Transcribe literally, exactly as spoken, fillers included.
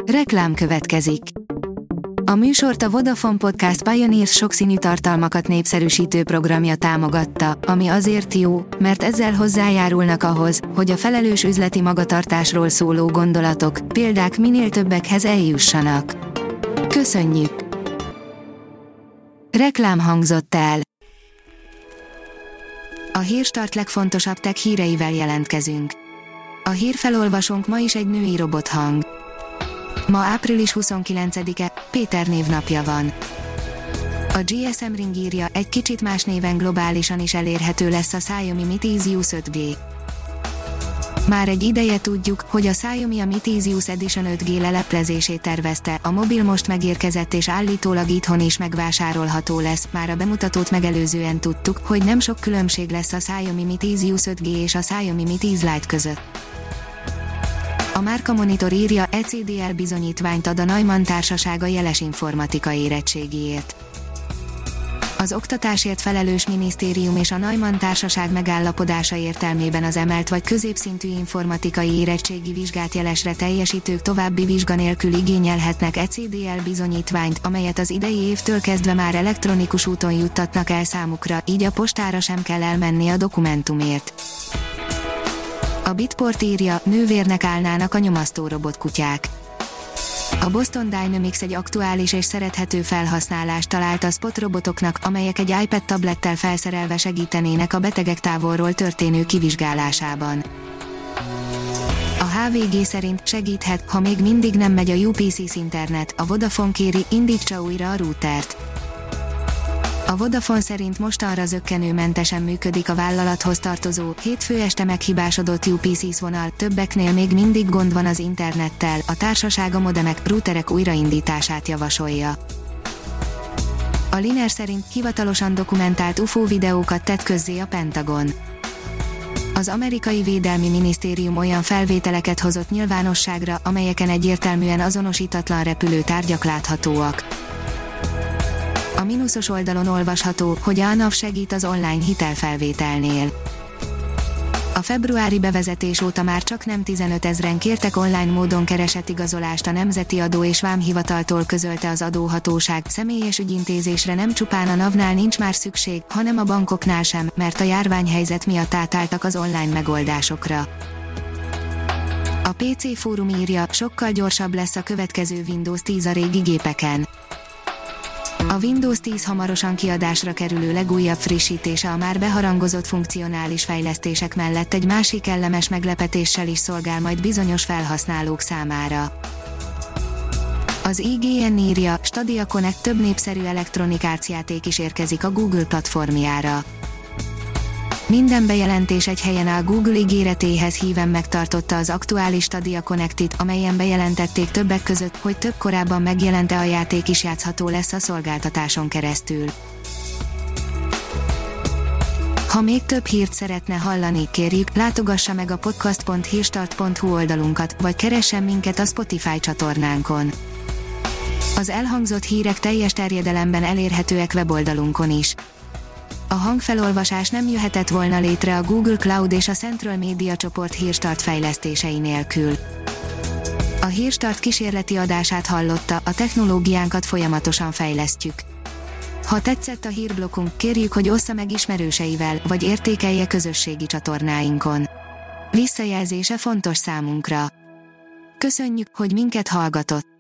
Reklám következik. A műsort a Vodafone Podcast Pioneers sokszínű tartalmakat népszerűsítő programja támogatta, ami azért jó, mert ezzel hozzájárulnak ahhoz, hogy a felelős üzleti magatartásról szóló gondolatok, példák minél többekhez eljussanak. Köszönjük! Reklám hangzott el. A Hírstart legfontosabb tech híreivel jelentkezünk. A hírfelolvasónk ma is egy női robothang. Ma április huszonkilencedike, Péter névnapja van. A gé es em Ring írja, egy kicsit más néven globálisan is elérhető lesz a Xiaomi Mi Tizius öt G. Már egy ideje tudjuk, hogy a Xiaomi a Mi Tizius Edition öt G leleplezését tervezte, a mobil most megérkezett és állítólag itthon is megvásárolható lesz, már a bemutatót megelőzően tudtuk, hogy nem sok különbség lesz a Xiaomi Mi Tizius öt G és a Xiaomi Mi tíz Lite között. A Márka Monitor írja, e cé dé el bizonyítványt ad a Neumann társaság a jeles informatika érettségiért. Az oktatásért felelős minisztérium és a Neumann társaság megállapodása értelmében az emelt vagy középszintű informatikai érettségi vizsgát jelesre teljesítők további vizsga nélkül igényelhetnek e cé dé el bizonyítványt, amelyet az idei évtől kezdve már elektronikus úton juttatnak el számukra, így a postára sem kell elmenni a dokumentumért. A Bitport írja, nővérnek állnának a nyomasztó robotkutyák. A Boston Dynamics egy aktuális és szerethető felhasználást talált a Spot robotoknak, amelyek egy iPad tablettel felszerelve segítenének a betegek távolról történő kivizsgálásában. A há vé gé szerint segíthet, ha még mindig nem megy a u pé cé internet, a Vodafone kéri, indítsa újra a routert. A Vodafone szerint mostanra zökkenőmentesen működik a vállalathoz tartozó, hétfő este meghibásodott u pé cé vonal, többeknél még mindig gond van az internettel, a társaság a modemek, routerek újraindítását javasolja. A Liner szerint hivatalosan dokumentált ufó videókat tett közzé a Pentagon. Az amerikai védelmi minisztérium olyan felvételeket hozott nyilvánosságra, amelyeken egyértelműen azonosítatlan repülőtárgyak láthatóak. A mínuszos oldalon olvasható, hogy a NAV segít az online hitelfelvételnél. A februári bevezetés óta már csak nem tizenötezren kértek online módon keresetigazolást a Nemzeti Adó és Vámhivataltól, közölte az adóhatóság. Személyes ügyintézésre nem csupán a NAV-nál nincs már szükség, hanem a bankoknál sem, mert a járványhelyzet miatt átálltak az online megoldásokra. A pé cé Fórum írja, sokkal gyorsabb lesz a következő Windows tíz a régi gépeken. A Windows tíz hamarosan kiadásra kerülő legújabb frissítése a már beharangozott funkcionális fejlesztések mellett egy másik kellemes meglepetéssel is szolgál majd bizonyos felhasználók számára. Az i gé en írja, Stadia Connect több népszerű elektronikárt játék is érkezik a Google platformjára. Minden bejelentés egy helyen áll. Google ígéretéhez híven megtartotta az aktuális Stadia Connectit, amelyen bejelentették többek között, hogy több korábban megjelente a játék is játszható lesz a szolgáltatáson keresztül. Ha még több hírt szeretne hallani, kérjük, látogassa meg a podcast pont hírstart pont hu oldalunkat, vagy keressen minket a Spotify csatornánkon. Az elhangzott hírek teljes terjedelemben elérhetőek weboldalunkon is. A hangfelolvasás nem jöhetett volna létre a Google Cloud és a Central Media csoport Hírstart fejlesztései nélkül. A Hírstart kísérleti adását hallotta, a technológiánkat folyamatosan fejlesztjük. Ha tetszett a hírblokkunk, kérjük, hogy ossza meg ismerőseivel, vagy értékelje közösségi csatornáinkon. Visszajelzése fontos számunkra. Köszönjük, hogy minket hallgatott!